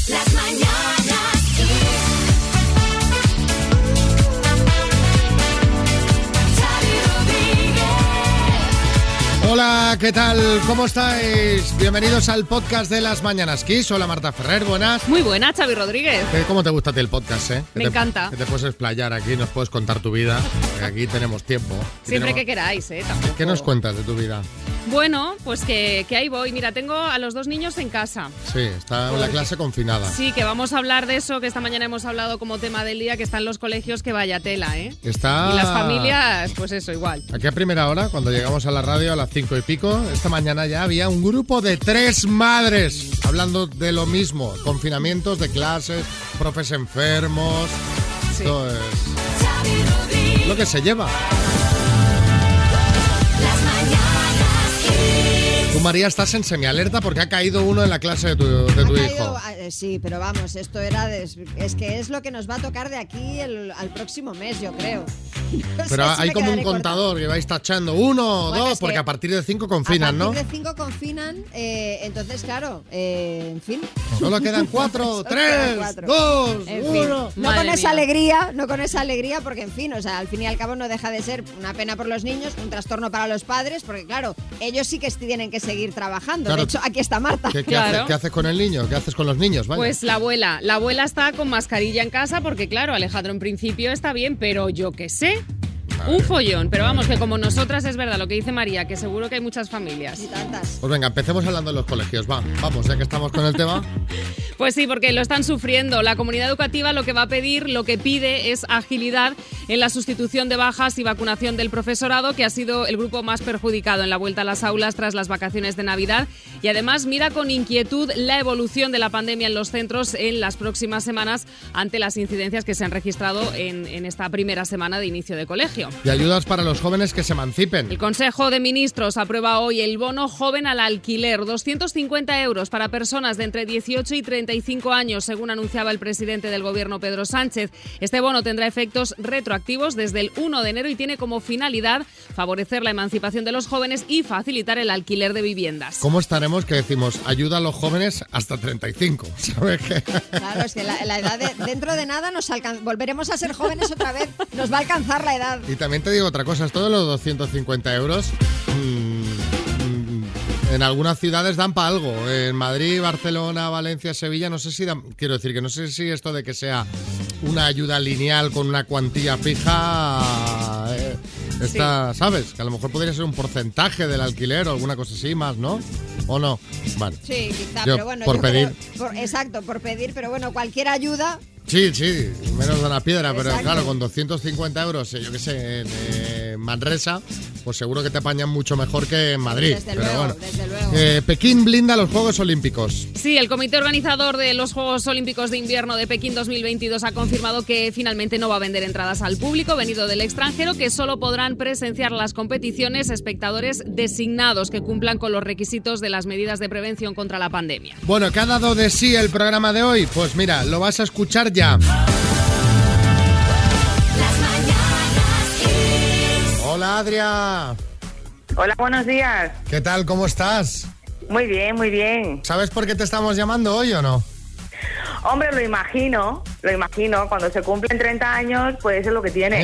Las mañanas Kiss. Xavi Rodríguez. Hola, ¿qué tal? ¿Cómo estáis? Bienvenidos al podcast de Las Mañanas Kiss. Hola, Marta Ferrer, buenas. Muy buena, Xavi Rodríguez. ¿Cómo te gusta a ti el podcast, eh? Me encanta. Que te puedes explayar aquí, nos puedes contar tu vida. Aquí tenemos tiempo. Siempre que queráis, tampoco. ¿Qué nos cuentas de tu vida? Bueno, pues que ahí voy. Mira, tengo a los 2 niños en casa. Sí, está en la clase confinada. Sí, que vamos a hablar de eso, que esta mañana hemos hablado como tema del día, que están los colegios, que vaya tela, ¿eh? Está... Y las familias, pues eso, igual. Aquí a primera hora, cuando llegamos a la radio a las 5 y pico, esta mañana ya había un grupo de 3 madres hablando de lo mismo. Confinamientos de clases, profes enfermos... Sí. Esto es Xavi Rodríguez. lo que se lleva. Las mañanas Kiss. Tú, María, estás en semialerta porque ha caído uno en la clase de tu hijo. Sí, pero vamos, esto era es que es lo que nos va a tocar de aquí al próximo mes, yo creo. No sé Pero si hay me como un quedaré contador que vais tachando 1, Bueno, 2, es porque que a partir de 5 confinan, ¿no? A partir de 5 confinan, entonces, claro, en fin. Solo quedan 4, Solo 3, quedan 4. 2, En fin, 1. no Madre con esa mía. alegría, no con esa alegría, porque en fin, o sea, al fin y al cabo no deja de ser una pena por los niños, un trastorno para los padres, porque claro, ellos sí que tienen que seguir trabajando. Claro. De hecho, aquí está Marta. ¿Qué Claro. haces con el niño? ¿Qué haces con los niños? Vaya. Pues la abuela está con mascarilla en casa porque, claro, Alejandro en principio está bien, pero yo qué sé. Un follón, pero vamos, que como nosotras es verdad lo que dice María, que seguro que hay muchas familias. Y tantas. Pues venga, empecemos hablando de los colegios. Vamos, ya que estamos con el tema. Pues sí, porque lo están sufriendo. La comunidad educativa lo que pide es agilidad en la sustitución de bajas y vacunación del profesorado, que ha sido el grupo más perjudicado en la vuelta a las aulas tras las vacaciones de Navidad. Y además mira con inquietud la evolución de la pandemia en los centros en las próximas semanas ante las incidencias que se han registrado en esta primera semana de inicio de colegio. Y ayudas para los jóvenes que se emancipen. El Consejo de Ministros aprueba hoy el bono joven al alquiler, 250 euros para personas de entre 18 y 35 años, según anunciaba el presidente del Gobierno, Pedro Sánchez. Este bono tendrá efectos retroactivos desde el 1 de enero y tiene como finalidad favorecer la emancipación de los jóvenes y facilitar el alquiler de viviendas. ¿Cómo estaremos que decimos ayuda a los jóvenes hasta 35? ¿Sabes qué? Claro, es que la edad dentro de nada volveremos a ser jóvenes otra vez, nos va a alcanzar la edad. Y también te digo otra cosa, esto de los 250 euros en algunas ciudades dan para algo. En Madrid, Barcelona, Valencia, Sevilla, no sé si dan, quiero decir que no sé si esto de que sea una ayuda lineal con una cuantía fija está, ¿sabes? Que a lo mejor podría ser un porcentaje del alquiler o alguna cosa así más, ¿no? ¿O no? Vale. Sí, quizá, Yo, pero bueno. por pedir. Exacto, por pedir, pero bueno, cualquier ayuda. Sí, menos de una piedra, pero Exacto. claro, con 250 euros, yo qué sé, en Manresa, pues seguro que te apañan mucho mejor que en Madrid. Desde pero luego, bueno. desde luego. Pekín blinda los Juegos Olímpicos. Sí, el comité organizador de los Juegos Olímpicos de Invierno de Pekín 2022 ha confirmado que finalmente no va a vender entradas al público venido del extranjero, que solo podrán presenciar las competiciones espectadores designados que cumplan con los requisitos de las medidas de prevención contra la pandemia. Bueno, ¿qué ha dado de sí el programa de hoy? Pues mira, lo vas a escuchar ya. Las mañanas Kiss. Hola, Adria. Hola, buenos días. ¿Qué tal? ¿Cómo estás? Muy bien, muy bien. ¿Sabes por qué te estamos llamando hoy o no? Hombre, lo imagino. Cuando se cumplen 30 años, pues es lo que tiene.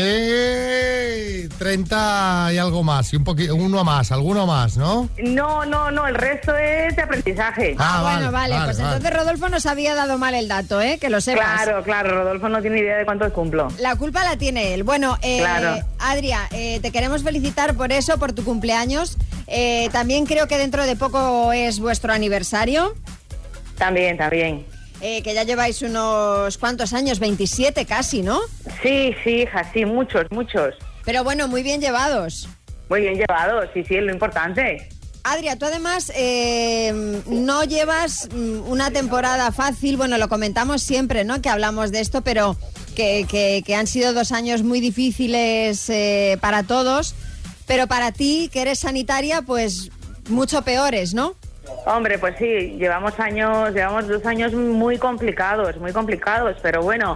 30 y algo más, y uno más, alguno más, ¿no? No, el resto es de aprendizaje. Bueno, vale, pues entonces Rodolfo nos había dado mal el dato, que lo sepas. Claro, Rodolfo no tiene idea de cuántos cumplo. La culpa la tiene él. Bueno, Claro. Adria, te queremos felicitar por eso, por tu cumpleaños. También creo que dentro de poco es vuestro aniversario. También. Que ya lleváis unos cuantos años, 27 casi, ¿no? Sí, hija, sí, muchos. Pero bueno, muy bien llevados. Muy bien llevados, sí, es lo importante. Adria, tú además no llevas una temporada fácil, bueno, lo comentamos siempre, ¿no? Que hablamos de esto, pero que han sido 2 años muy difíciles para todos, pero para ti, que eres sanitaria, pues mucho peores, ¿no? Hombre, pues sí, llevamos 2 años muy complicados, pero bueno,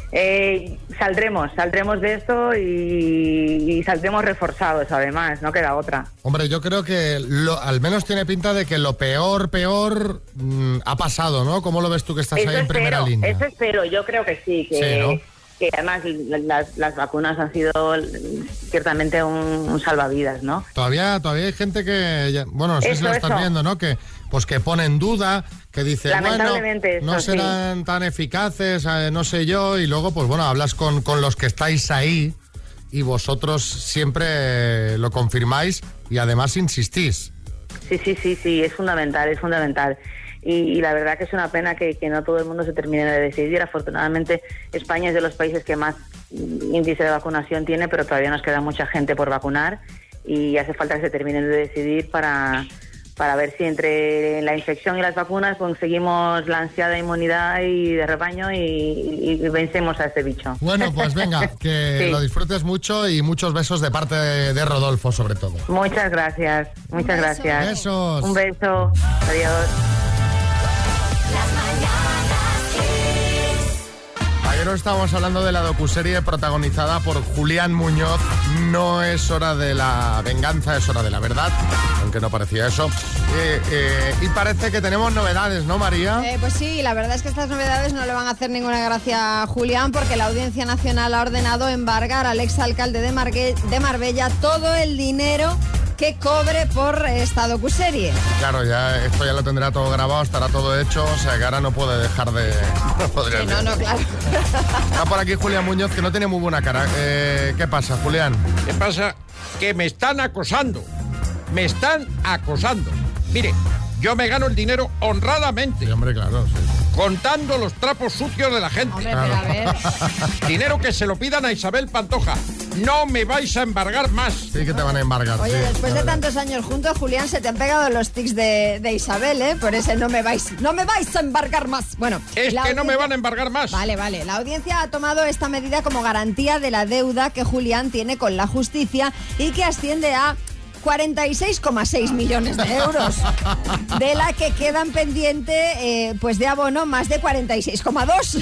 Saldremos de esto y saldremos reforzados, además, no queda otra. Hombre, yo creo que al menos tiene pinta de que lo peor ha pasado, ¿no? ¿Cómo lo ves tú que estás ahí en primera línea? Eso espero, yo creo que sí, ¿no? Que además las vacunas han sido ciertamente un salvavidas, ¿no? Todavía hay gente que, no sé si lo estás viendo, ¿no? Que pone en duda, que dice, lamentablemente no serán tan eficaces, no sé yo, y luego, hablas con los que estáis ahí y vosotros siempre lo confirmáis y además insistís. Sí, es fundamental. Y la verdad que es una pena que no todo el mundo se termine de decidir. Afortunadamente, España es de los países que más índice de vacunación tiene, pero todavía nos queda mucha gente por vacunar y hace falta que se terminen de decidir para ver si entre la infección y las vacunas conseguimos la ansiada inmunidad y de rebaño y vencemos a este bicho. Bueno, pues venga, que lo disfrutes mucho y muchos besos de parte de Rodolfo, sobre todo. Muchas gracias. Besos. Un beso. Adiós. Ayer estábamos hablando de la docuserie protagonizada por Julián Muñoz. No es hora de la venganza, es hora de la verdad, aunque no parecía eso. Y parece que tenemos novedades, ¿no, María? Pues sí, la verdad es que estas novedades no le van a hacer ninguna gracia a Julián, porque la Audiencia Nacional ha ordenado embargar al exalcalde de Marbella todo el dinero que cobre por esta docuserie. Claro, esto ya lo tendrá todo grabado, estará todo hecho, o sea que ahora no puede dejar de... No, claro. Está por aquí Julián Muñoz, que no tiene muy buena cara. ¿Qué pasa, Julián? ¿Qué pasa? Que me están acosando. Mire, yo me gano el dinero honradamente. Sí, hombre, claro, sí. Contando los trapos sucios de la gente. Hombre, pero a ver. Dinero que se lo pidan a Isabel Pantoja. No me vais a embargar más. Sí que te van a embargar. Oye, sí, después de tantos años juntos, Julián, se te han pegado los tics de Isabel, ¿eh? Por ese no me vais a embargar más. Bueno, es que no me van a embargar más. Vale. La audiencia ha tomado esta medida como garantía de la deuda que Julián tiene con la justicia y que asciende a 46,6 millones de euros, de la que quedan pendiente de abono más de 46,2.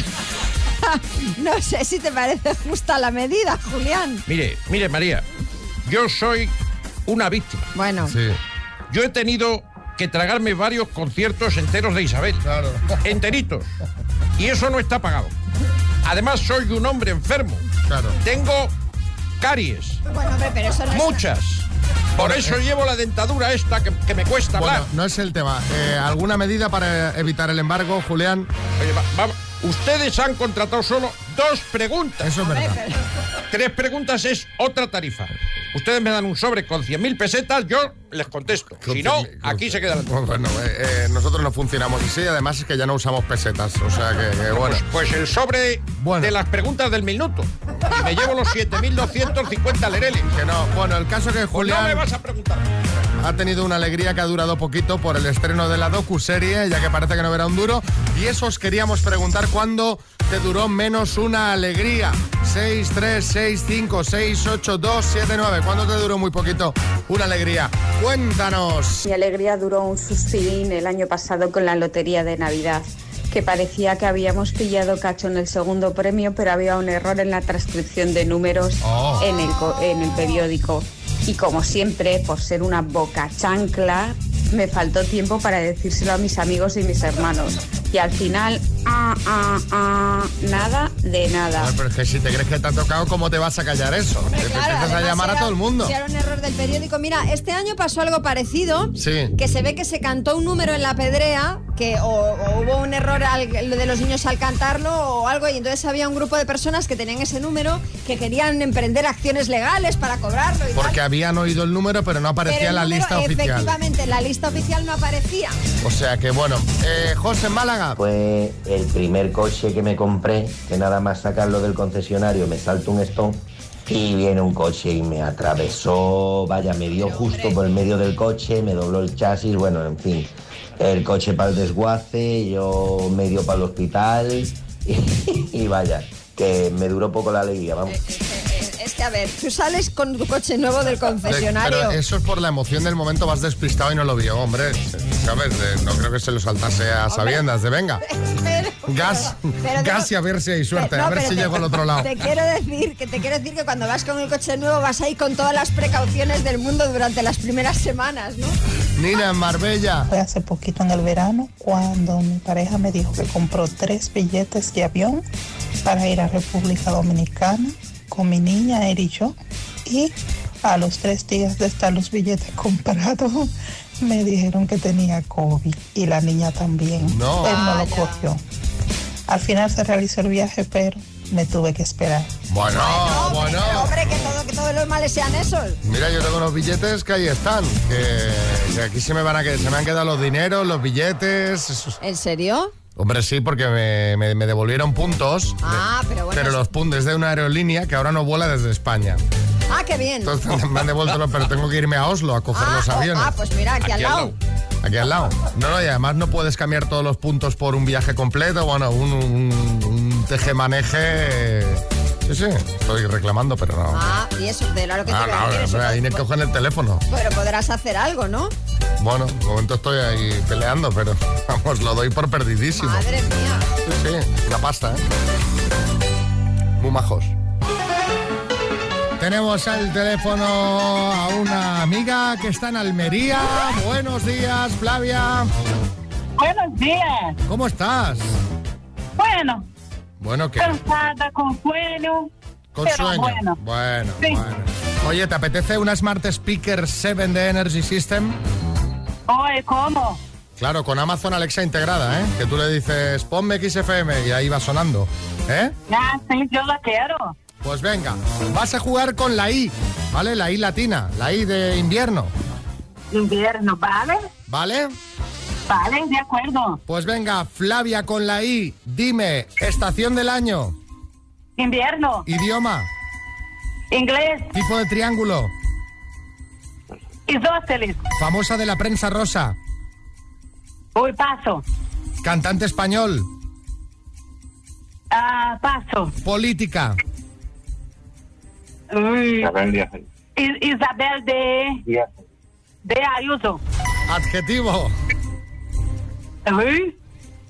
No sé si te parece justa la medida, Julián. Mire, María, yo soy una víctima. Bueno. Sí. Yo he tenido que tragarme varios conciertos enteros de Isabel. Claro. Enteritos. Y eso no está pagado. Además, soy un hombre enfermo. Claro. Tengo caries. Bueno, hombre, pero eso no es... Muchas. Por eso llevo la dentadura esta que me cuesta hablar. Bueno, no es el tema. ¿Alguna medida para evitar el embargo, Julián? Oye, vamos. Ustedes han contratado solo 2 preguntas. Eso es verdad. 3 preguntas es otra tarifa. Ustedes me dan un sobre con 100.000 pesetas, yo les contesto. Si no, aquí se queda la... Bueno, nosotros no funcionamos así, además es que ya no usamos pesetas, o sea que bueno. Pues el sobre de las preguntas del minuto. Y me llevo los 7.250 lereles. Que no, bueno, el caso que Julián... Pues no me vas a preguntar. Ha tenido una alegría que ha durado poquito por el estreno de la docuserie, ya que parece que no verá un duro. Y eso os queríamos preguntar, ¿cuándo te duró menos una alegría? 6, 3, 6, 5, 6, 8, 2, 7, 9. ¿Cuándo te duró muy poquito una alegría? Cuéntanos. Mi alegría duró un suspirín el año pasado con la lotería de Navidad, que parecía que habíamos pillado cacho en el segundo premio, pero había un error en la transcripción de números en el periódico. Y como siempre, por ser una boca chancla, me faltó tiempo para decírselo a mis amigos y mis hermanos. Y al final, nada de nada. Bueno, pero es que si te crees que te ha tocado, ¿cómo te vas a callar eso? Hombre, te claro, empiezas a llamar a todo el mundo. Si era un error del periódico. Mira, este año pasó algo parecido. Sí. Que se ve que se cantó un número en la pedrea, que o hubo un error de los niños al cantarlo o algo, y entonces había un grupo de personas que tenían ese número, que querían emprender acciones legales para cobrarlo y porque tal. habían oído el número, pero no aparecía en la lista oficial. Efectivamente, en la lista oficial no aparecía. O sea que bueno. José, en Málaga. Fue el primer coche que me compré, que nada más sacarlo del concesionario me salto un Stone y viene un coche y me atravesó, vaya, me dio justo por el medio del coche, me dobló el chasis, bueno, en fin, el coche para el desguace, yo medio para el hospital y vaya, que me duró poco la alegría, vamos. Es que, a ver, tú sales con tu coche nuevo del concesionario. Pero eso es por la emoción del momento, vas despistado y no lo vio, hombre. ¿Sabes? No creo que se lo saltase a sabiendas de venga. Pero gas y a ver si hay suerte, No, a ver pero si llego al otro lado. Te quiero decir que cuando vas con el coche nuevo vas ahí con todas las precauciones del mundo durante las primeras semanas, ¿no? Nina, en Marbella. Fue hace poquito en el verano cuando mi pareja me dijo que compró 3 billetes de avión para ir a República Dominicana con mi niña, él y yo. Y a los 3 días de estar los billetes comprados, me dijeron que tenía COVID y la niña también. No. Él no lo cogió. Al final se realizó el viaje, pero me tuve que esperar. Bueno. Pero, hombre, que todos los males sean esos. Mira, yo tengo los billetes que ahí están. Que aquí se me han quedado los dineros, los billetes. ¿En serio? Hombre, sí, porque me devolvieron puntos. Pero bueno. Pero los puntos de una aerolínea que ahora no vuela desde España. Qué bien. Entonces me han devuelto, pero tengo que irme a Oslo a coger los aviones. Pues mira, aquí al lado. Aquí al lado. No, y además no puedes cambiar todos los puntos por un viaje completo. Bueno, un tejemaneje. Sí, estoy reclamando, pero no. Y eso, era lo que te iba a decir. Ahí me cogen el teléfono. Pero podrás hacer algo, ¿no? Bueno, de momento estoy ahí peleando, pero vamos, lo doy por perdidísimo. Madre mía. Sí, una pasta, ¿eh? Muy majos. Tenemos al teléfono a una amiga que está en Almería. Buenos días, Flavia. Buenos días. ¿Cómo estás? Bueno, ¿qué? Cansada, con sueño. Con pero sueño. Bueno. Bueno. Oye, ¿te apetece una Smart Speaker 7 de Energy System? Oye, ¿cómo? Claro, con Amazon Alexa integrada, ¿eh? Que tú le dices, ponme XFM y ahí va sonando, ¿eh? Sí, yo la quiero. Pues venga, vas a jugar con la I, ¿vale? La I latina, la I de invierno. Invierno, ¿vale? ¿Vale? Vale, de acuerdo. Pues venga, Flavia, con la I, dime, estación del año. Invierno. Idioma. Inglés. Tipo de triángulo. Isósceles. Famosa de la prensa rosa. Uy, paso. Cantante español. Paso. Política. Uy. Isabel de Ayuso. Adjetivo. Uy.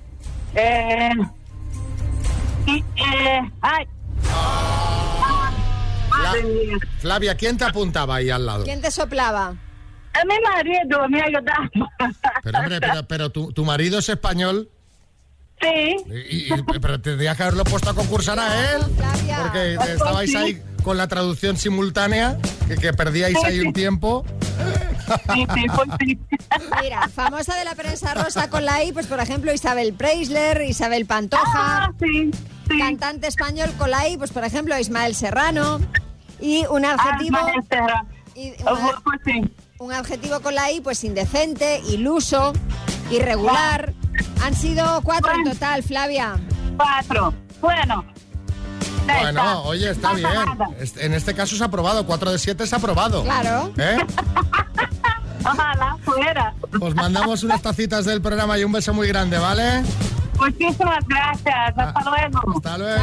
Madre mía. Flavia, ¿quién te apuntaba ahí al lado? ¿Quién te soplaba? A mi marido me ayudaba. Pero hombre, pero tu marido es español. Sí. Pero tendrías que haberlo puesto a concursar a él. Flavia. Porque estabais ahí con la traducción simultánea, que perdíais ahí un tiempo. Sí, pues sí. Mira, famosa de la prensa rosa con la I, pues por ejemplo Isabel Preisler, Isabel Pantoja. Sí. Cantante español con la I, pues por ejemplo Ismael Serrano. Y un adjetivo... Pues sí. Un adjetivo con la I, pues indecente, iluso, irregular. Han sido 4 en total, Flavia. 4. Bueno, oye, está bien. En este caso se ha aprobado. 4 de 7 se ha aprobado. Claro. ¿Eh? Ojalá fuera. Os mandamos unas tacitas del programa y un beso muy grande, ¿vale? Muchísimas gracias. Hasta luego. Hasta luego.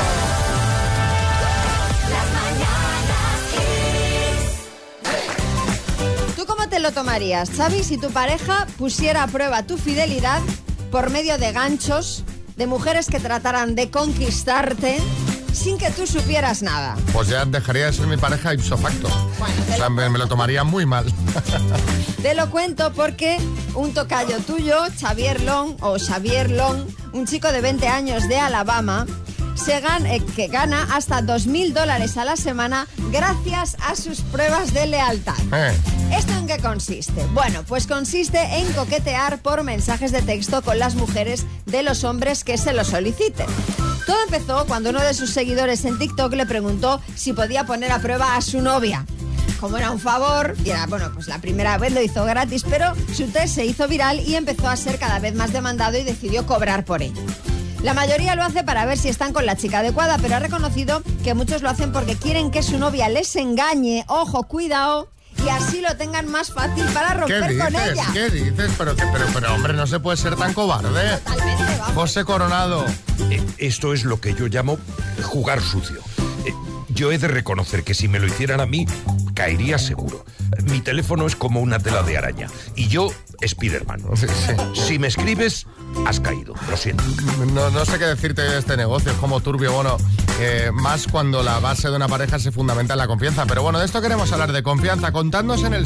¿Tú cómo te lo tomarías, Xavi, si tu pareja pusiera a prueba tu fidelidad por medio de ganchos, de mujeres que trataran de conquistarte sin que tú supieras nada? Pues ya dejaría de ser mi pareja ipso facto. O sea, me lo tomaría muy mal. Te lo cuento porque un tocayo tuyo, Xavier Long, un chico de 20 años de Alabama, que gana hasta $2.000 a la semana gracias a sus pruebas de lealtad. ¿Esto en qué consiste? Bueno, pues consiste en coquetear por mensajes de texto con las mujeres de los hombres que se lo soliciten. Todo empezó cuando uno de sus seguidores en TikTok le preguntó si podía poner a prueba a su novia. Como era un favor, y era, pues la primera vez lo hizo gratis, pero su test se hizo viral y empezó a ser cada vez más demandado y decidió cobrar por ello. La mayoría lo hace para ver si están con la chica adecuada, pero ha reconocido que muchos lo hacen porque quieren que su novia les engañe, ojo, cuidado, y así lo tengan más fácil para romper con ella. ¿Qué dices? Pero hombre, no se puede ser tan cobarde. Totalmente, vamos. José Coronado. Esto es lo que yo llamo jugar sucio. Yo he de reconocer que si me lo hicieran a mí, caería seguro. Mi teléfono es como una tela de araña. Y yo, Spiderman. Sí. Si me escribes, has caído. Lo siento. No sé qué decirte de este negocio, es como turbio, bueno, más cuando la base de una pareja se fundamenta en la confianza. Pero bueno, de esto queremos hablar, de confianza. Contadnos en el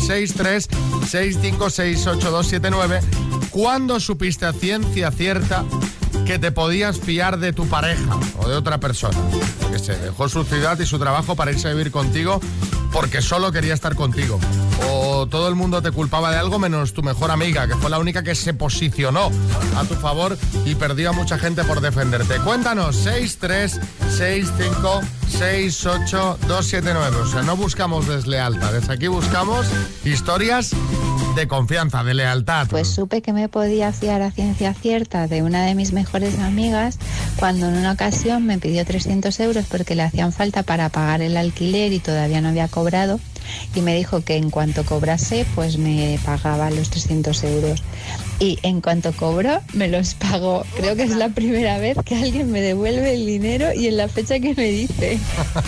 636568279 ¿cuándo supiste a ciencia cierta que te podías fiar de tu pareja o de otra persona? Que se dejó su ciudad y su trabajo para irse a vivir contigo porque solo quería estar contigo. O todo el mundo te culpaba de algo menos tu mejor amiga, que fue la única que se posicionó a tu favor y perdió a mucha gente por defenderte. Cuéntanos, 636568279. O sea, no buscamos deslealtades, aquí buscamos historias de confianza, de lealtad. Pues supe que me podía fiar a ciencia cierta de una de mis mejores amigas cuando en una ocasión me pidió 300 euros porque le hacían falta para pagar el alquiler y todavía no había cobrado, y me dijo que en cuanto cobrase pues me pagaba los 300 euros. Y en cuanto cobró me los pagó. Creo que es la primera vez que alguien me devuelve el dinero y en la fecha que me dice.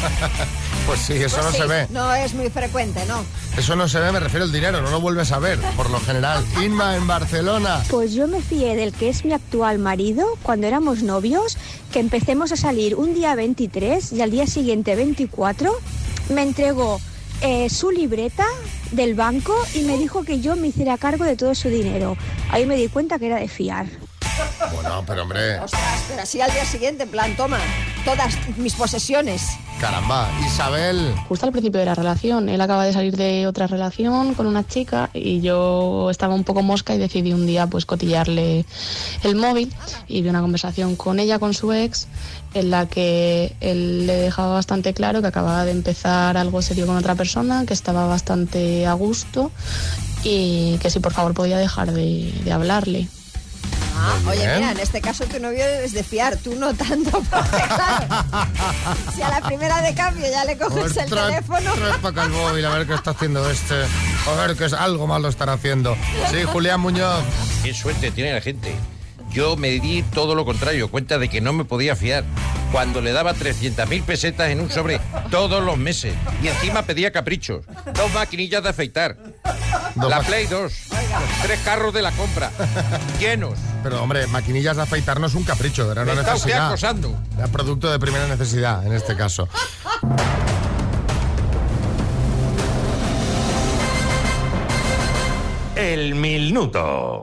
Pues sí, eso Pues no sí, se ve. No es muy frecuente, ¿no? Eso no se ve, me refiero al dinero, no lo vuelves a ver, por lo general. Inma, en Barcelona. Pues yo me fié del que es mi actual marido cuando éramos novios, que empecemos a salir un día 23 y al día siguiente 24 me entregó su libreta del banco y me dijo que yo me hiciera cargo de todo su dinero. Ahí me di cuenta que era de fiar. Bueno, pero hombre, Ostras, pero así al día siguiente, en plan, toma, todas mis posesiones. caramba. Isabel. Justo al principio de la relación, él acaba de salir de otra relación con una chica y yo estaba un poco mosca y decidí un día pues cotillarle el móvil y vi una conversación con ella, con su ex, en la que él le dejaba bastante claro que acababa de empezar algo serio con otra persona, que estaba bastante a gusto y que si por favor podía dejar de hablarle. Ah, oye, mira, en este caso tu novio es de fiar, tú no tanto, porque claro, si a la primera de cambio ya le coges el teléfono. Trae para acá el móvil, a ver qué está haciendo este. A ver que es algo mal lo estará haciendo. Sí, Julián Muñoz. Qué suerte tiene la gente. Yo me di todo lo contrario, cuenta de que no me podía fiar. Cuando le daba 300.000 pesetas en un sobre todos los meses. Y encima pedía caprichos. 2 maquinillas de afeitar. La Play 2. 3 carros de la compra. Llenos. Pero hombre, maquinillas de afeitar no es un capricho, era una Me está usted necesidad. acosando. Era producto de primera necesidad, en este caso. El minuto.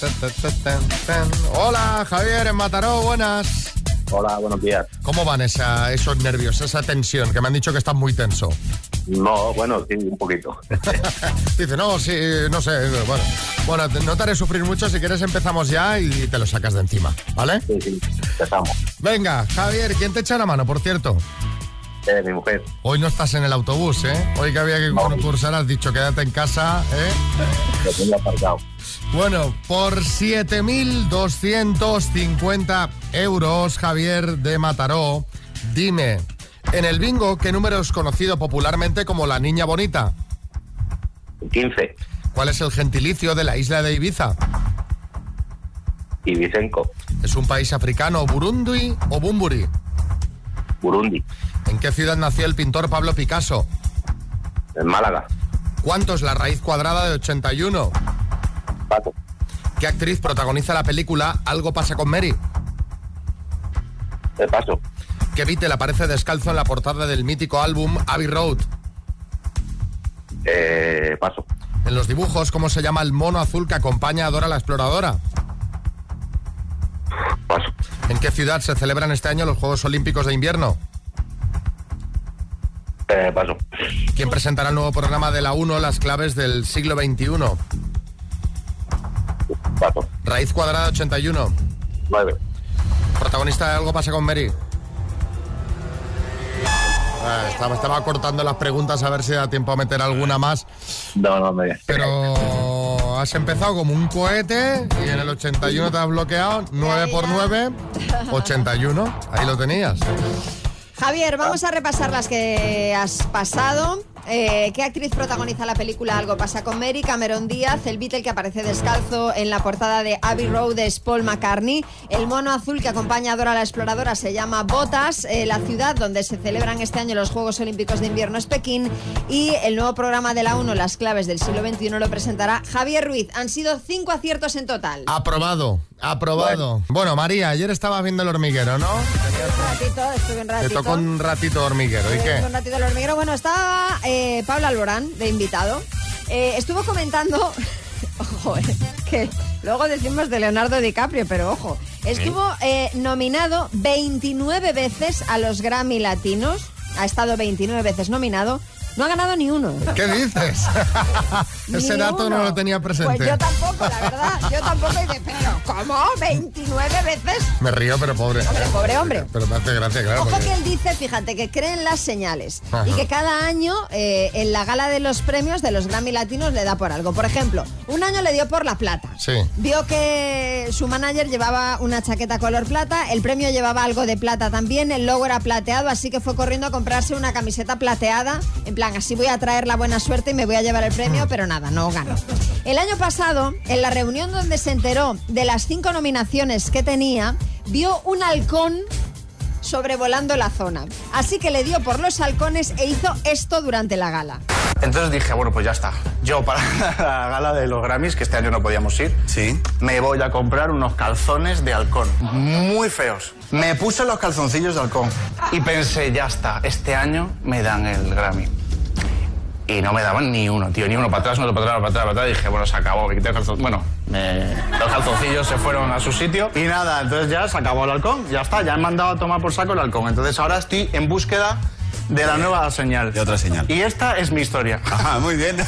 Hola, Javier, en Mataró, buenas. Hola, buenos días. ¿Cómo van esos nervios, esa tensión? Que me han dicho que estás muy tenso. No, bueno, sí, un poquito. Dice, no, sí, no sé. Bueno, no te haré sufrir mucho. Si quieres empezamos ya y te lo sacas de encima, ¿vale? Sí, empezamos. Venga, Javier, ¿quién te echa la mano, por cierto? Mi mujer. Hoy no estás en el autobús, ¿eh? Hoy que había que concursar has dicho quédate en casa, ¿eh? Lo tengo aparcado. Bueno, por 7.250 euros, Javier de Mataró, dime, en el bingo, ¿qué número es conocido popularmente como la niña bonita? 15. ¿Cuál es el gentilicio de la isla de Ibiza? Ibicenco. ¿Es un país africano, Burundi o Bumburi? Burundi. ¿En qué ciudad nació el pintor Pablo Picasso? En Málaga. ¿Cuánto es la raíz cuadrada de 81? Paso. ¿Qué actriz protagoniza la película Algo pasa con Mary? Paso. ¿Qué Beatle aparece descalzo en la portada del mítico álbum Abbey Road? Paso. En los dibujos, ¿cómo se llama el mono azul que acompaña a Dora la Exploradora? Paso. ¿En qué ciudad se celebran este año los Juegos Olímpicos de Invierno? Paso. ¿Quién presentará el nuevo programa de la 1, Las claves del siglo XXI? Paso. Raíz cuadrada de 81. 9. Protagonista de Algo pasa con Mary. Estaba cortando las preguntas a ver si da tiempo a meter alguna más. No, me... Pero has empezado como un cohete y en el 81 te has bloqueado. 9 por 9, 81. Ahí lo tenías. Javier, vamos a repasar las que has pasado. ¿Qué actriz protagoniza la película Algo pasa con Mary? Cameron Díaz. El Beatle que aparece descalzo en la portada de Abbey Road es Paul McCartney. El mono azul que acompaña a Dora la Exploradora se llama Botas. La ciudad donde se celebran este año los Juegos Olímpicos de Invierno es Pekín. Y el nuevo programa de la ONU, Las Claves del Siglo XXI, lo presentará Javier Ruiz. Han sido 5 aciertos en total. Aprobado. Bueno, María, ayer estabas viendo El Hormiguero, ¿no? Estuve un ratito. Te tocó un ratito Hormiguero. ¿Y qué? Un ratito El Hormiguero. Bueno, estaba Pablo Alborán de invitado. Estuvo comentando, ojo, que luego decimos de Leonardo DiCaprio, pero ojo, estuvo nominado 29 veces a los Grammy Latinos. Ha estado 29 veces nominado. No ha ganado ni uno. ¿Qué dices? Ese dato no lo tenía presente. Pues yo tampoco, la verdad. Yo tampoco. Y de, pero ¿cómo? 29 veces. Me río, pero pobre. Pobre hombre. Pero me hace gracia, claro. Ojo porque... que él dice, fíjate, que cree en las señales. Ajá. Y que cada año en la gala de los premios de los Grammy Latinos le da por algo. Por ejemplo, un año le dio por la plata. Sí. Vio que su manager llevaba una chaqueta color plata, el premio llevaba algo de plata también, el logo era plateado, así que fue corriendo a comprarse una camiseta plateada, en plan, así voy a traer la buena suerte y me voy a llevar el premio, pero nada, no ganó. El año pasado, en la reunión donde se enteró de las 5 nominaciones que tenía, vio un halcón sobrevolando la zona. Así que le dio por los halcones e hizo esto durante la gala. Entonces dije, bueno, pues ya está. Yo para la gala de los Grammys, que este año no podíamos ir, me voy a comprar unos calzones de halcón, muy feos. Me puse los calzoncillos de halcón y pensé, ya está, este año me dan el Grammy. Y no me daban ni uno, tío, ni uno para atrás, no para atrás, para atrás. Dije, bueno, se acabó, me quité el calzón. Bueno, los calzoncillos se fueron a su sitio y nada, entonces ya se acabó el halcón, ya está, ya han mandado a tomar por saco el halcón. Entonces ahora estoy en búsqueda de la nueva señal. De otra señal. Y esta es mi historia. Ajá, muy bien.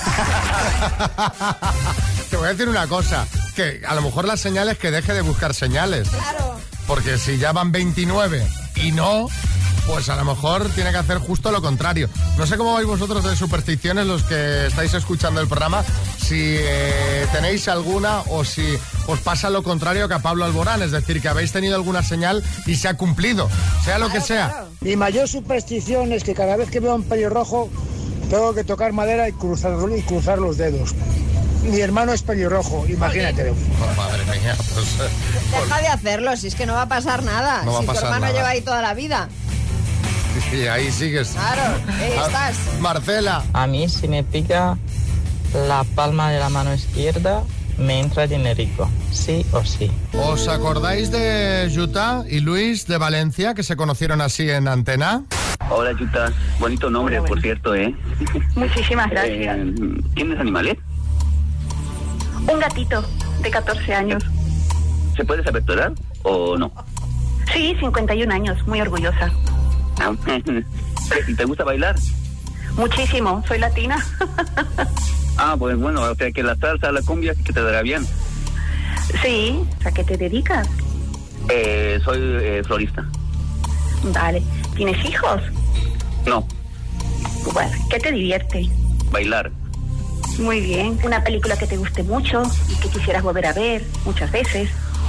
Te voy a decir una cosa, que a lo mejor la señal es que deje de buscar señales. Claro. Porque si ya van 29 y no, pues a lo mejor tiene que hacer justo lo contrario. No sé cómo vais vosotros de supersticiones, los que estáis escuchando el programa, si tenéis alguna o si os pasa lo contrario que a Pablo Alborán, es decir, que habéis tenido alguna señal y se ha cumplido, sea lo que sea. Claro. Mi mayor superstición es que cada vez que veo un pelirrojo tengo que tocar madera y cruzar los dedos. Mi hermano es pelirrojo, imagínate. Oh, madre mía, pues... Deja de hacerlo, si es que no va a pasar nada. No va a si tu pasar hermano nada. lleva ahí toda la vida. Y ahí sigues. Claro, ahí estás. Marcela. A mí si me pica la palma de la mano izquierda, me entra dinerico, sí o sí. ¿Os acordáis de Yuta y Luis de Valencia, que se conocieron así en Antena? Hola, Yuta. Bonito nombre, por cierto, ¿eh? Muchísimas gracias. ¿Tienes animales? Un gatito de 14 años. ¿Se puede saber tu edad o no? Sí, 51 años, muy orgullosa. ¿Y te gusta bailar? Muchísimo, soy latina. Pues bueno, o sea que la salsa, la cumbia, sí que te dará bien. Sí, ¿a qué te dedicas? Soy florista. Vale, ¿tienes hijos? No, Bueno, ¿qué te divierte? bailar. Muy bien, una película que te guste mucho y que quisieras volver a ver muchas veces.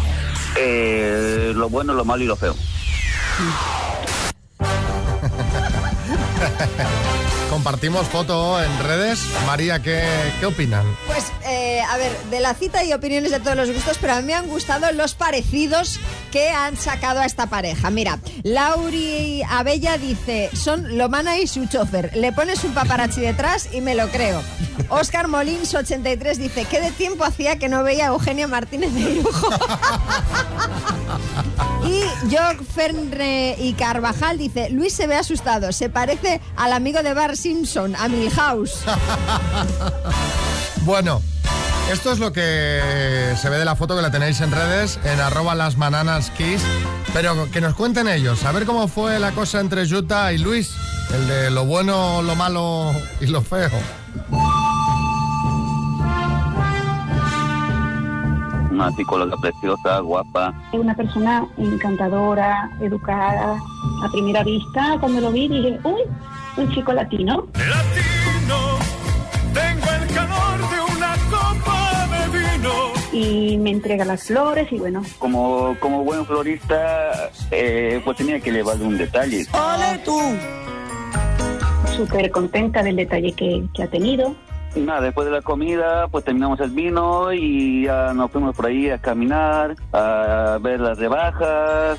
Lo bueno, lo malo y lo feo. Compartimos foto en redes. María, ¿qué opinan? Pues, a ver, de la cita y opiniones de todos los gustos, pero a mí me han gustado los parecidos que han sacado a esta pareja. Mira, Lauri Abella dice, son Lomana y su chofer. Le pones un paparazzi detrás y me lo creo. Óscar Molins 83 dice, ¿qué de tiempo hacía que no veía a Eugenio Martínez de Irujo? Y Jock Fenre y Carvajal dice, Luis se ve asustado, se parece al amigo de Bart Simpson, a Milhouse. Bueno, esto es lo que se ve de la foto, que la tenéis en redes, en @lasbananaskiss. Pero que nos cuenten ellos, a ver cómo fue la cosa entre Yuta y Luis, el de lo bueno, lo malo y lo feo. Una psicóloga preciosa, guapa. Una persona encantadora, educada. A primera vista, cuando lo vi, dije, uy, un chico latino. Latino, tengo el calor de una copa de vino. Y me entrega las flores y bueno. Como buen florista, pues tenía que llevarle un detalle. ¡Ole tú! súper contenta del detalle que ha tenido. Y nada, después de la comida, pues terminamos el vino y ya nos fuimos por ahí a caminar, a ver las rebajas.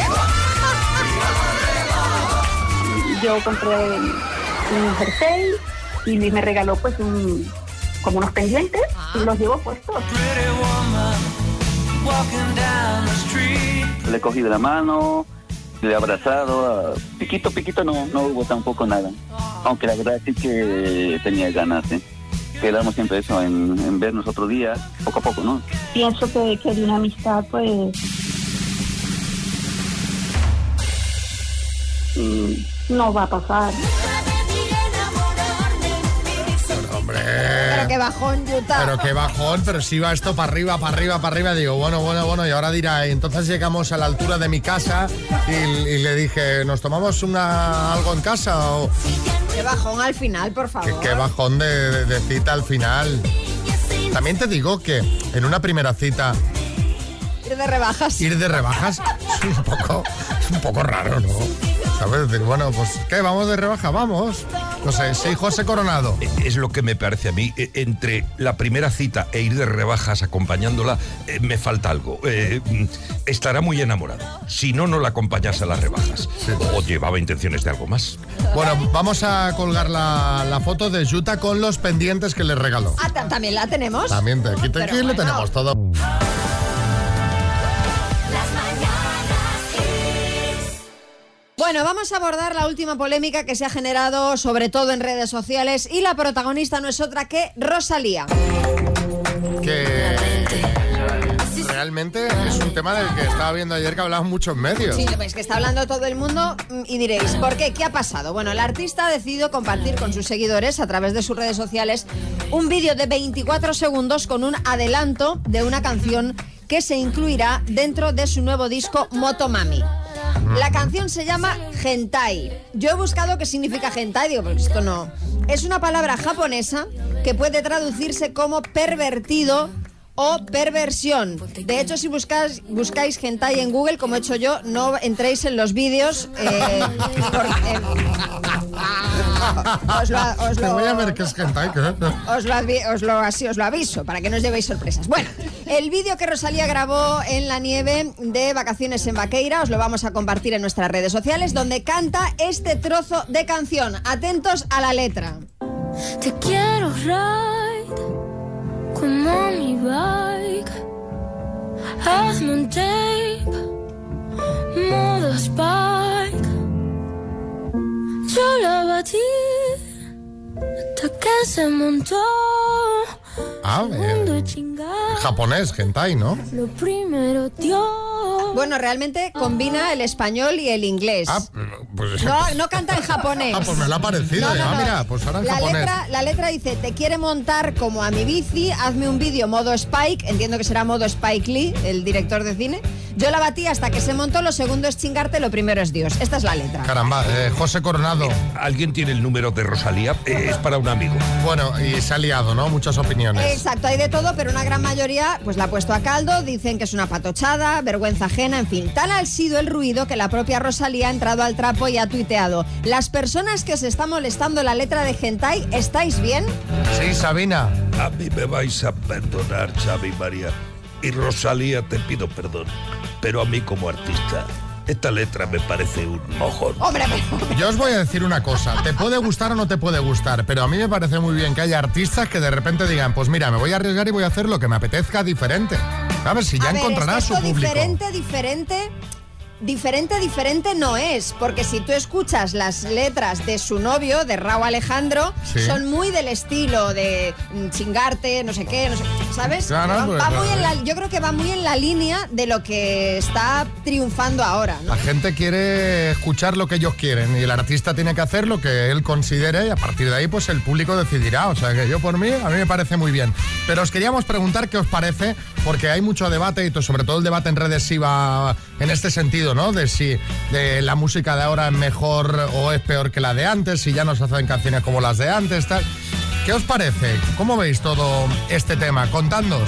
Yo compré un jersey y me regaló pues como unos pendientes y los llevo puestos. Le cogí de la mano, le he abrazado, piquito no hubo tampoco nada, aunque la verdad sí que tenía ganas, Quedamos siempre eso, en vernos otro día, poco a poco, ¿no? Pienso que de una amistad, pues, no va a pasar. Hombre. Pero qué bajón, Yuta. Pero qué bajón, pero si va esto para arriba. Digo, bueno, y ahora dirá, entonces llegamos a la altura de mi casa y le dije, ¿nos tomamos algo en casa? O... Qué bajón al final, por favor. Qué bajón de cita al final. También te digo que en una primera cita... Ir de rebajas es un poco raro, ¿no? ¿Sabes? Decir, bueno, pues, ¿qué? ¿Vamos de rebaja? Vamos. No sé, sí, José Coronado. Es lo que me parece a mí. Entre la primera cita e ir de rebajas acompañándola, me falta algo. Estará muy enamorado. Si no la acompañase a las rebajas. Sí. O llevaba intenciones de algo más. Bueno, vamos a colgar la foto de Yuta con los pendientes que le regaló. Ah, ¿también la tenemos? También, aquí lo tenemos todo. Bueno, vamos a abordar la última polémica que se ha generado sobre todo en redes sociales y la protagonista no es otra que Rosalía. Que realmente es un tema del que estaba viendo ayer que hablaban muchos medios. Sí, pues que está hablando todo el mundo y diréis, ¿por qué? ¿Qué ha pasado? Bueno, la artista ha decidido compartir con sus seguidores a través de sus redes sociales un vídeo de 24 segundos con un adelanto de una canción que se incluirá dentro de su nuevo disco Motomami. La canción se llama hentai. Yo he buscado qué significa hentai, digo, porque esto no... Es una palabra japonesa que puede traducirse como pervertido o perversión. De hecho, si buscáis hentai en Google, como he hecho yo, no entréis en los vídeos. Te voy a ver qué es hentai. Os lo aviso, para que no os llevéis sorpresas. Bueno, el vídeo que Rosalía grabó en la nieve de vacaciones en Vaqueira, os lo vamos a compartir en nuestras redes sociales, donde canta este trozo de canción. Atentos a la letra. Te quiero ride como mi bike, hazme un tape, modo Spike. Yo la batí hasta que se montó. Japonés, hentai, ¿no? Lo primero dio. Bueno, realmente combina el español y el inglés. Pues, no canta en japonés. Pues me lo ha parecido. Mira, pues ahora en japonés. La letra dice, te quiere montar como a mi bici, hazme un vídeo modo Spike, entiendo que será modo Spike Lee, el director de cine. Yo la batí hasta que se montó, lo segundo es chingarte, lo primero es Dios. Esta es la letra. Caramba, José Coronado. ¿Alguien tiene el número de Rosalía? Es para un amigo. Bueno, y se ha liado, ¿no? Muchas opiniones. Exacto, hay de todo, pero una gran mayoría pues la ha puesto a caldo, dicen que es una patochada, vergüenza ajena, en fin. Tal ha sido el ruido que la propia Rosalía ha entrado al trapo y ha tuiteado. Las personas que os está molestando la letra de hentai, ¿estáis bien? Sí, Sabina. A mí me vais a perdonar, Xavi María. Y Rosalía, te pido perdón. Pero a mí como artista, esta letra me parece un mojón. ¡Hombre! Yo os voy a decir una cosa. Te puede gustar o no te puede gustar, pero a mí me parece muy bien que haya artistas que de repente digan, pues mira, me voy a arriesgar y voy a hacer lo que me apetezca diferente. A ver, si ya encontrarás su público. Diferente no es, porque si tú escuchas las letras de su novio, de Rauw Alejandro, ¿sí? Son muy del estilo de chingarte, no sé qué, ¿sabes? Claro, yo creo que va muy en la línea de lo que está triunfando ahora, ¿no? La gente quiere escuchar lo que ellos quieren y el artista tiene que hacer lo que él considere y a partir de ahí pues el público decidirá. O sea que yo por mí, a mí me parece muy bien. Pero os queríamos preguntar qué os parece, porque hay mucho debate y sobre todo el debate en redes sí va en este sentido, ¿no? De si la música de ahora es mejor o es peor que la de antes, si ya no se hacen canciones como las de antes, tal. ¿Qué os parece? ¿Cómo veis todo este tema? Contadnos.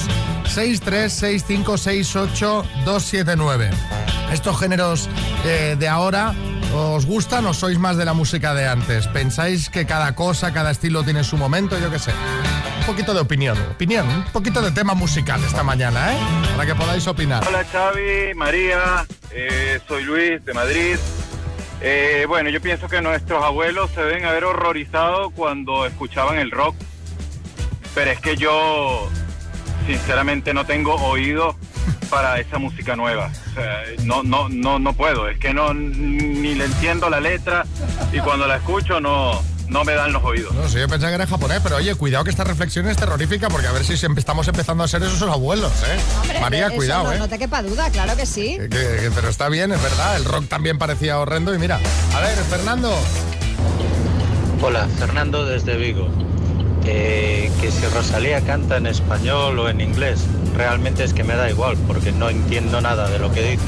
636568279. Estos géneros de ahora ¿Os gustan o sois más de la música de antes? ¿Pensáis que cada cosa, cada estilo tiene su momento? Yo qué sé. Un poquito de opinión, un poquito de tema musical esta mañana, ¿eh? Para que podáis opinar. Hola Xavi, María, soy Luis de Madrid. Bueno, yo pienso que nuestros abuelos se deben haber horrorizado cuando escuchaban el rock, pero es que yo sinceramente no tengo oído para esa música nueva. O sea, no puedo, es que ni le entiendo la letra y cuando la escucho no me dan los oídos. No sé, yo pensaba que era japonés, pero oye, cuidado que esta reflexión es terrorífica porque a ver si estamos empezando a ser esos abuelos, ¿eh? Hombre, María, eso cuidado, no te quepa duda, claro que sí. Pero está bien, es verdad, el rock también parecía horrendo y mira. A ver, Fernando. Hola, Fernando desde Vigo. Que si Rosalía canta en español o en inglés, realmente es que me da igual, porque no entiendo nada de lo que dice.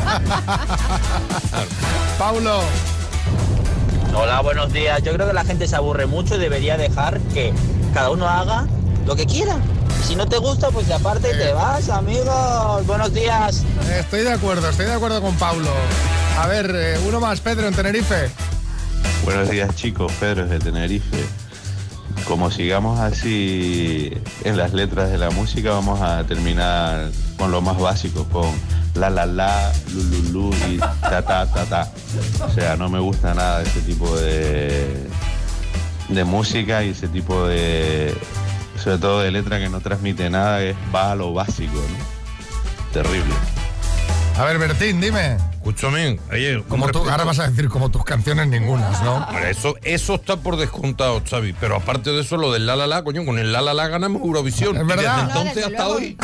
Paulo. Hola, buenos días. Yo creo que la gente se aburre mucho y debería dejar que cada uno haga lo que quiera. Si no te gusta, pues de aparte te vas, amigos. Buenos días. Estoy de acuerdo con Paulo. A ver, uno más, Pedro, en Tenerife. Buenos días, chicos. Pedro de Tenerife. Como sigamos así en las letras de la música, vamos a terminar con lo más básico, con la, lu, y ta. O sea, no me gusta nada ese tipo de música y ese tipo de, sobre todo de letra que no transmite nada, que va a lo básico, ¿no? Terrible. A ver, Bertín, dime. Escúchame, oye, como tú, ahora vas a decir como tus canciones ningunas, ¿no? Hombre, eso está por descontado, Xavi. Pero aparte de eso, lo del la, coño, con el la ganamos Eurovisión. Es verdad. Y desde entonces hasta hoy.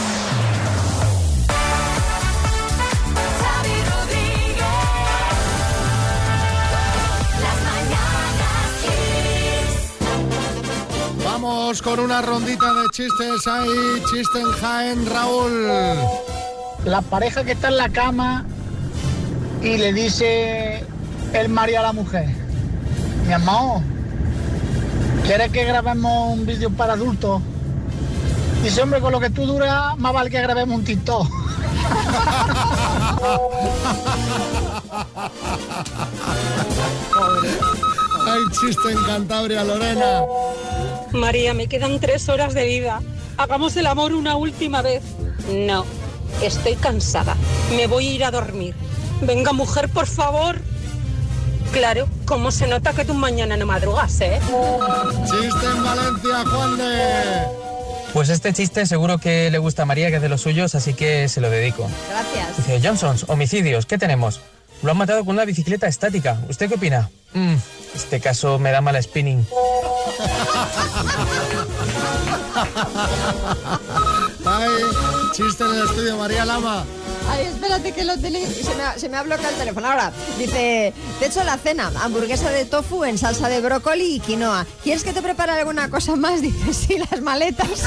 Vamos con una rondita de chistes. Hay chiste en Jaén, Raúl. La pareja que está en la cama y le dice el marido a la mujer: mi amor, ¿quieres que grabemos un vídeo para adultos? Dice: hombre, con lo que tú duras, más vale que grabemos un TikTok. Hay chiste en Cantabria, Lorena. María, me quedan 3 horas de vida. Hagamos el amor una última vez. No. Estoy cansada, me voy a ir a dormir. Venga, mujer, por favor. Claro, como se nota que tú mañana no madrugas, ¿eh? Chiste en Valencia, Juan de... Pues este chiste seguro que le gusta a María, que es de los suyos, así que se lo dedico. Gracias. Dice: Johnsons, homicidios, ¿qué tenemos? Lo han matado con una bicicleta estática. ¿Usted qué opina? Este caso me da mala spinning. Ay, chiste en el estudio, María Lama. Ay, espérate que lo se me ha bloqueado el teléfono. Ahora, dice: te he hecho la cena, hamburguesa de tofu en salsa de brócoli y quinoa. ¿Quieres que te prepare alguna cosa más? Dice: sí, las maletas. Chiste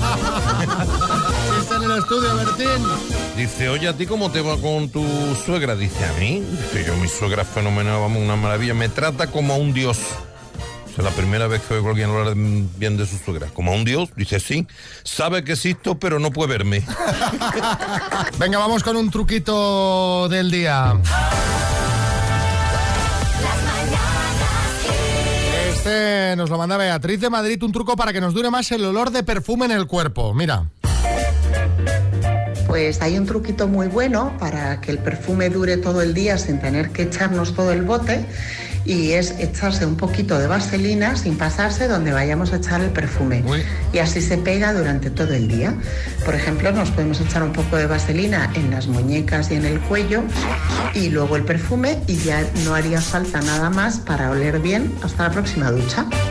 en el estudio, Bertín. Dice: oye, ¿a ti cómo te va con tu suegra? Dice: a mí. Dice: yo, mi suegra es fenomenal, vamos, una maravilla. Me trata como a un dios. O sea, la primera vez que oigo a alguien hablar bien de su suegra. ¿Como a un dios? Dice: sí. Sabe que existo, pero no puede verme. Venga, vamos con un truquito del día. Este nos lo manda Beatriz de Madrid, un truco para que nos dure más el olor de perfume en el cuerpo. Mira. Pues hay un truquito muy bueno para que el perfume dure todo el día sin tener que echarnos todo el bote, y es echarse un poquito de vaselina sin pasarse donde vayamos a echar el perfume. Uy. Y así se pega durante todo el día. Por ejemplo, nos podemos echar un poco de vaselina en las muñecas y en el cuello y luego el perfume, y ya no haría falta nada más para oler bien hasta la próxima ducha.